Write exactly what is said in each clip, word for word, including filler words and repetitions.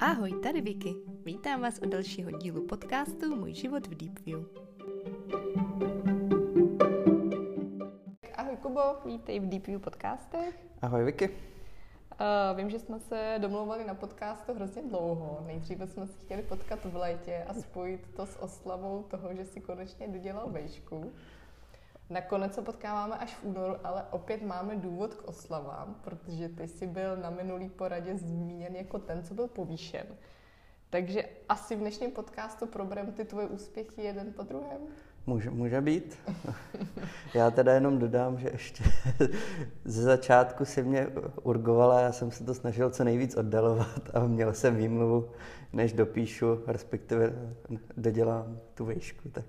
Ahoj, tady Vicky. Vítám vás u dalšího dílu podcastu Můj život v Deepview. Ahoj Kubo, vítej v Deepview podcastech. Ahoj Vicky. Uh, vím, že jsme se domlouvali na podcastu hrozně dlouho. Nejdříve jsme se chtěli potkat v létě a spojit to s oslavou toho, že si konečně dodělal vejšku. Nakonec se potkáváme až v únoru, ale opět máme důvod k oslavám, protože ty jsi byl na minulý poradě zmíněn jako ten, co byl povýšen. Takže asi v dnešním podcastu probereme ty tvoje úspěchy jeden po druhém? Může, může být. Já teda jenom dodám, že ještě ze začátku si mě urgovala, já jsem se to snažil co nejvíc oddalovat a měl jsem výmluvu, než dopíšu, respektive dodělám tu vejšku, tak...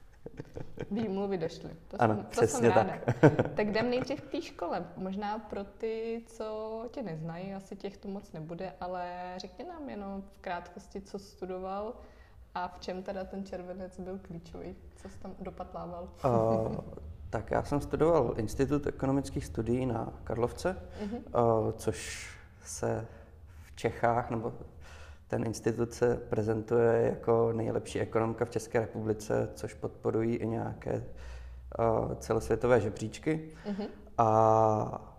Výmluvy došly. To ano, jsem, to přesně jsem ráda. tak. Tak jdem nejdřív k té škole. Možná pro ty, co tě neznají, asi těch tu moc nebude, ale řekni nám jenom v krátkosti, co studoval a v čem teda ten červenec byl klíčový. Co jsi tam dopatlával? Uh, tak já jsem studoval Institut ekonomických studií na Karlovce, uh-huh. uh, což se v Čechách, nebo ten institut se prezentuje jako nejlepší ekonomka v České republice, což podporují i nějaké uh, celosvětové žebříčky. Uh-huh. A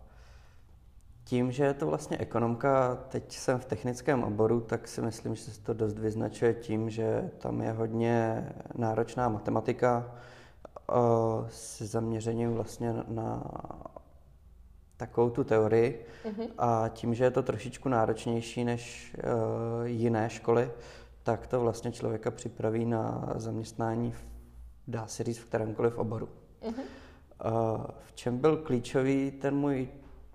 tím, že je to vlastně ekonomka, teď jsem v technickém oboru, tak si myslím, že se to dost vyznačuje tím, že tam je hodně náročná matematika uh, s zaměřením vlastně na, na takovou tu teorii. Uh-huh. A tím, že je to trošičku náročnější než uh, jiné školy, tak to vlastně člověka připraví na zaměstnání, v, dá se říct, v kterémkoliv oboru. Uh-huh. Uh, v čem byl klíčový ten můj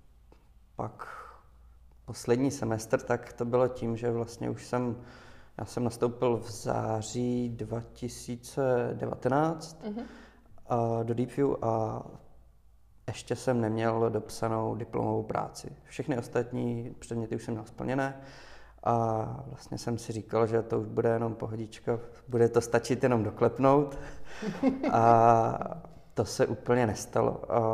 pak poslední semestr, tak to bylo tím, že vlastně už jsem, já jsem nastoupil v září dva tisíce devatenáct uh-huh. uh, do Deepview a ještě jsem neměl dopsanou diplomovou práci. Všechny ostatní předměty už jsem měl splněné a vlastně jsem si říkal, že to už bude jenom pohodička, bude to stačit jenom doklepnout a to se úplně nestalo. A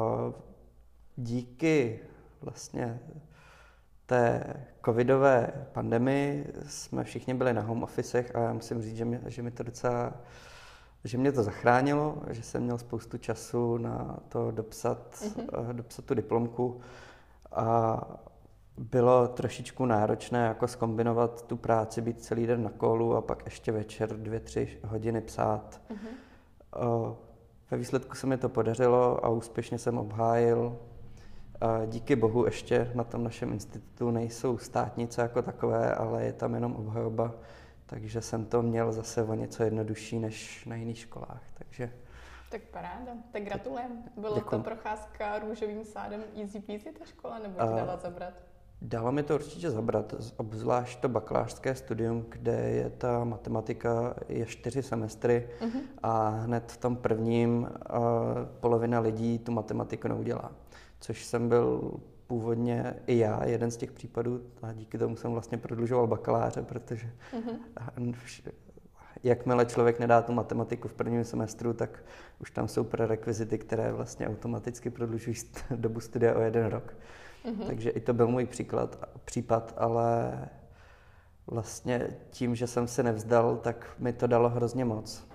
díky vlastně té covidové pandemii jsme všichni byli na home officech a já musím říct, že, mě, že mi to docela že mě to zachránilo, že jsem měl spoustu času na to dopsat, uh-huh. dopsat tu diplomku a bylo trošičku náročné jako zkombinovat tu práci, být celý den na kolu a pak ještě večer dvě, tři hodiny psát. Uh-huh. Ve výsledku se mi to podařilo a úspěšně jsem obhájil. Díky bohu ještě na tom našem institutu nejsou státnice jako takové, ale je tam jenom obhajoba. Takže jsem to měl zase o něco jednodušší než na jiných školách, takže... Tak paráda, tak gratulujem. Bylo Děkuji. To procházka růžovým sádem easy peasy ta škola, nebo ti dala zabrat? Dalo mi to určitě zabrat, obzvlášť to bakalářské studium, kde je ta matematika je čtyři semestry uh-huh. a hned v tom prvním uh, polovina lidí tu matematiku neudělá, což jsem byl původně i já, jeden z těch případů, a díky tomu jsem vlastně prodlužoval bakaláře, protože uh-huh. jakmile člověk nedá tu matematiku v prvním semestru, tak už tam jsou prerekvizity, které vlastně automaticky prodlužují dobu studia o jeden rok. Uh-huh. Takže i to byl můj příklad, případ, ale vlastně tím, že jsem se nevzdal, tak mi to dalo hrozně moc.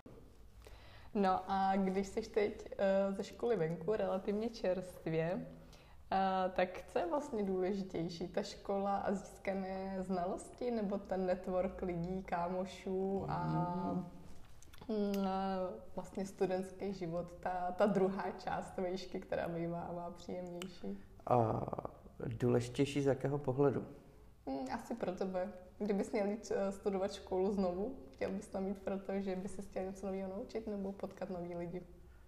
No a když jsi teď uh, ze školy venku, relativně čerstvě, Uh, tak co je vlastně důležitější, ta škola a získané znalosti, nebo ten network lidí, kámošů a mm, vlastně studentský život, ta, ta druhá část vejšky, která bývá příjemnější? A důležitější z jakého pohledu? Hmm, asi pro tebe. Kdybys měl jít studovat školu znovu, chtěl bys tam jít proto, že bys se chtěl něco nového naučit nebo potkat nový lidi?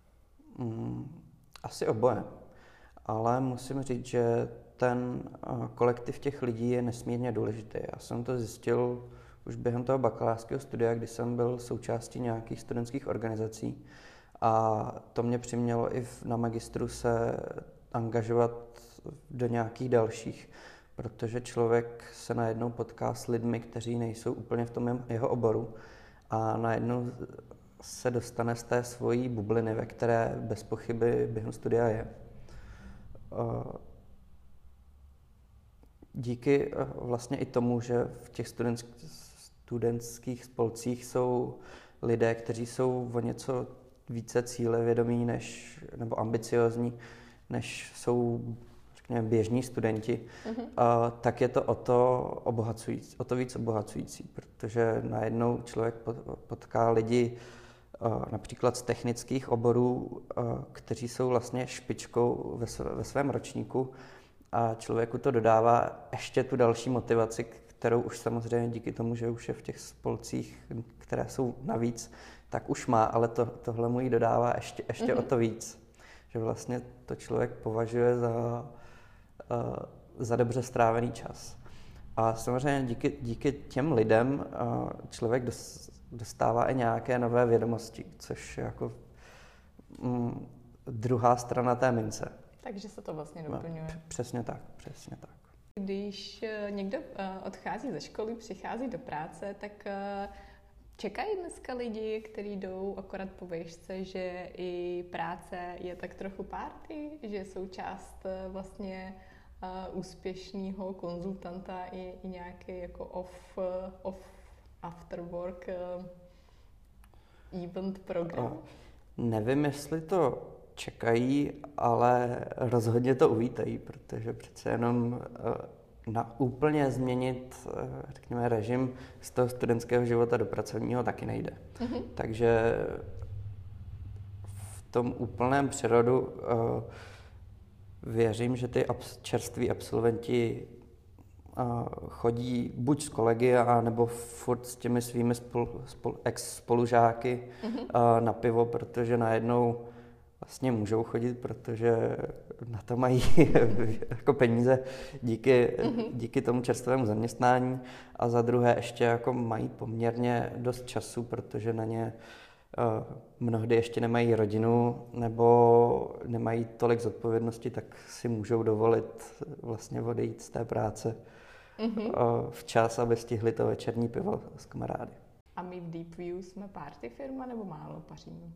Hmm, asi oboje. Ale musím říct, že ten kolektiv těch lidí je nesmírně důležitý. Já jsem to zjistil už během toho bakalářského studia, kdy jsem byl součástí nějakých studentských organizací a to mě přimělo i na magistru se angažovat do nějakých dalších, protože člověk se najednou potká s lidmi, kteří nejsou úplně v tom jeho oboru a najednou se dostane z té svojí bubliny, ve které bez pochyby během studia je. díky vlastně i tomu, že v těch studentských spolcích jsou lidé, kteří jsou o něco více cílevědomí než, nebo ambiciozní, než jsou, řekněme, běžní studenti, mm-hmm. a, tak je to o to obohacující, o to víc obohacující, protože najednou člověk potká lidi a, například z technických oborů, a, kteří jsou vlastně špičkou ve, sv- ve svém ročníku a člověku to dodává ještě tu další motivaci, kterou už samozřejmě díky tomu, že už je v těch spolcích, které jsou navíc, tak už má, ale to, tohle mu jí dodává ještě, ještě mm-hmm. o to víc. Že vlastně to člověk považuje za, uh, za dobře strávený čas. A samozřejmě díky, díky těm lidem uh, člověk dos, dostává i nějaké nové vědomosti, což je jako um, druhá strana té mince. Takže se to vlastně doplňuje. No, přesně tak, přesně tak. Když někdo odchází ze školy, přichází do práce, tak čekají dneska lidi, kteří jdou akorát po výšce, že i práce je tak trochu party, že je součást vlastně úspěšného konzultanta i, i nějaký jako off, off after work event program? Nevím, jestli to čekají, ale rozhodně to uvítají, protože přece jenom na úplně změnit, řekněme, režim z toho studentského života do pracovního taky nejde. Mm-hmm. Takže v tom úplném přerodu věřím, že ty čerství absolventi chodí buď s kolegy, nebo furt s těmi svými spolu, spolu, ex-spolužáky mm-hmm. na pivo, protože najednou vlastně můžou chodit, protože na to mají jako peníze díky, mm-hmm. díky tomu čerstvému zaměstnání a za druhé ještě jako mají poměrně dost času, protože na ně uh, mnohdy ještě nemají rodinu nebo nemají tolik zodpovědnosti, tak si můžou dovolit vlastně odejít z té práce mm-hmm. uh, včas, aby stihli to večerní pivo s kamarády. A my v Deep View jsme party firma nebo málo paříme?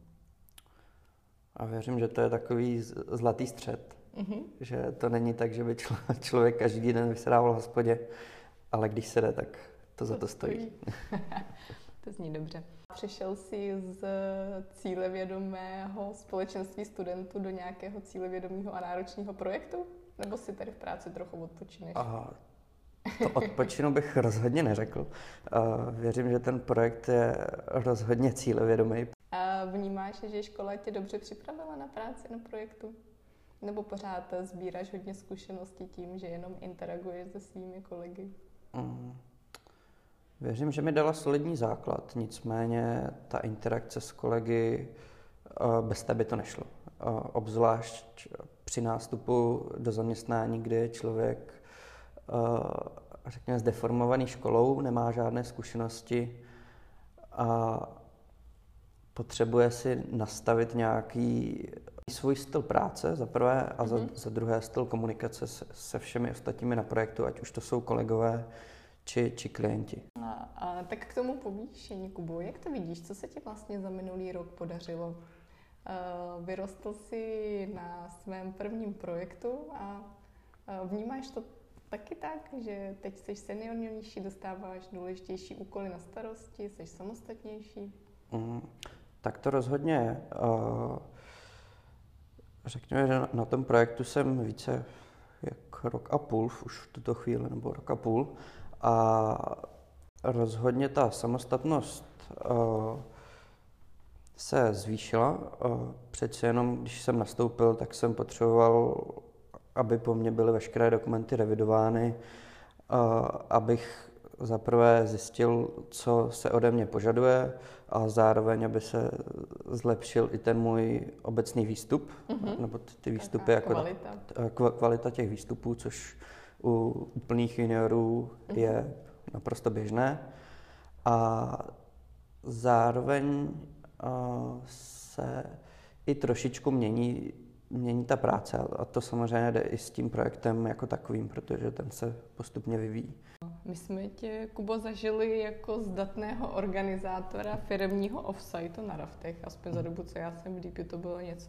A věřím, že to je takový zlatý střed. Mm-hmm. Že to není tak, že by člo- člověk každý den vysedával v hospodě, ale když se jde, tak to, to za to stojí. To zní dobře. Přišel jsi z cílevědomého společenství studentů do nějakého cílevědomého a náročného projektu? Nebo si tady v práci trochu odpočineš? Aha, to odpočinu bych rozhodně neřekl. Věřím, že ten projekt je rozhodně cílevědomý. A vnímáš, že škola tě dobře připravila na práci na projektu? Nebo pořád sbíráš hodně zkušeností tím, že jenom interaguješ se svými kolegy? Mm. Věřím, že mi dala solidní základ, nicméně ta interakce s kolegy, bez té by to nešlo. Obzvlášť při nástupu do zaměstnání, kdy je člověk, řekněme, zdeformovaný školou, nemá žádné zkušenosti a potřebuje si nastavit nějaký svůj styl práce za prvé a mm-hmm. za, za druhé styl komunikace se, se všemi ostatními na projektu, ať už to jsou kolegové či, či klienti. A, a tak k tomu povýšení, Kubo, jak to vidíš? Co se ti vlastně za minulý rok podařilo? Uh, vyrostl jsi na svém prvním projektu a uh, vnímáš to taky tak, že teď jsi seniornější, dostáváš důležitější úkoly na starosti, jsi samostatnější? Mm, tak to rozhodně. Uh, řekněme, že na, na tom projektu jsem více jak rok a půl, už v tuto chvíli, nebo rok a půl. A rozhodně ta samostatnost uh, se zvýšila. Uh, přece jenom, když jsem nastoupil, tak jsem potřeboval, aby po mně byly veškeré dokumenty revidovány, uh, abych zaprvé zjistil, co se ode mě požaduje a zároveň, aby se zlepšil i ten můj obecný výstup, mm-hmm. nebo ty výstupy, jako kvalita. kvalita těch výstupů, což u úplných juniorů mm-hmm. je naprosto běžné. A zároveň uh, se i trošičku mění, mění ta práce a to samozřejmě jde i s tím projektem jako takovým, protože ten se postupně vyvíjí. My jsme tě, Kubo, zažili jako zdatného organizátora firemního offsiteu na raftech, aspoň za dobu, co já jsem v Deepu, to bylo něco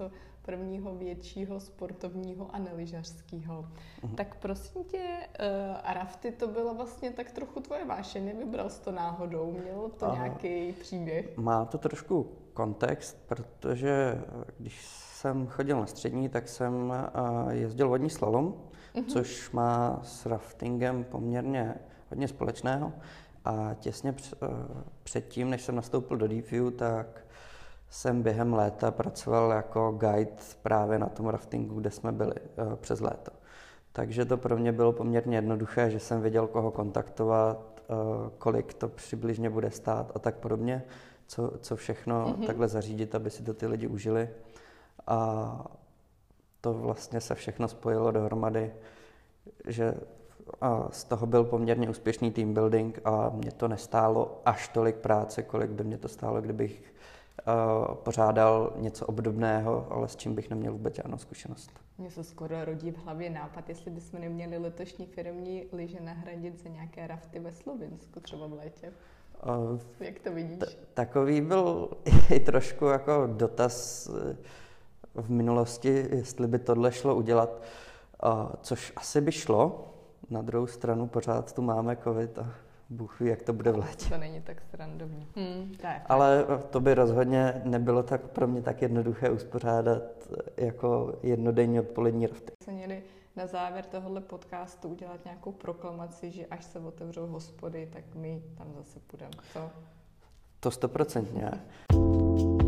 prvního většího sportovního a nelyžařského. Mm. Tak prosím tě, uh, rafty to byla vlastně tak trochu tvoje vášeň, nevybral jsi to náhodou, mělo to a nějaký příběh? Má to trošku kontext, protože když jsem chodil na střední, tak jsem uh, jezdil vodní slalom, mm-hmm. což má s raftingem poměrně hodně společného. A těsně předtím, než jsem nastoupil do DeepView, tak jsem během léta pracoval jako guide právě na tom raftingu, kde jsme byli uh, přes léto. Takže to pro mě bylo poměrně jednoduché, že jsem věděl, koho kontaktovat, uh, kolik to přibližně bude stát a tak podobně, co, co všechno mm-hmm. takhle zařídit, aby si to ty lidi užili. A to vlastně se všechno spojilo dohromady, že a z toho byl poměrně úspěšný team building a mě to nestálo až tolik práce, kolik by mě to stálo, kdybych uh, pořádal něco obdobného, ale s čím bych neměl vůbec žádnou zkušenost. Mně se skoro rodí v hlavě nápad, jestli bychom neměli letošní firmní lyže nahradit za nějaké rafty ve Slovinsku, třeba v létě. Uh, Jak to vidíš? T- takový byl i trošku jako dotaz v minulosti, jestli by tohle šlo udělat, uh, což asi by šlo. Na druhou stranu pořád tu máme covid a Bůh ví, jak to bude v létě. To není tak srandovní. Hmm, tak. Ale to by rozhodně nebylo tak pro mě tak jednoduché uspořádat jako jednodenní odpolední rafty. Jsme měli na závěr tohohle podcastu udělat nějakou proklamaci, že až se otevřou hospody, tak my tam zase půjdeme. Co? To stoprocentně.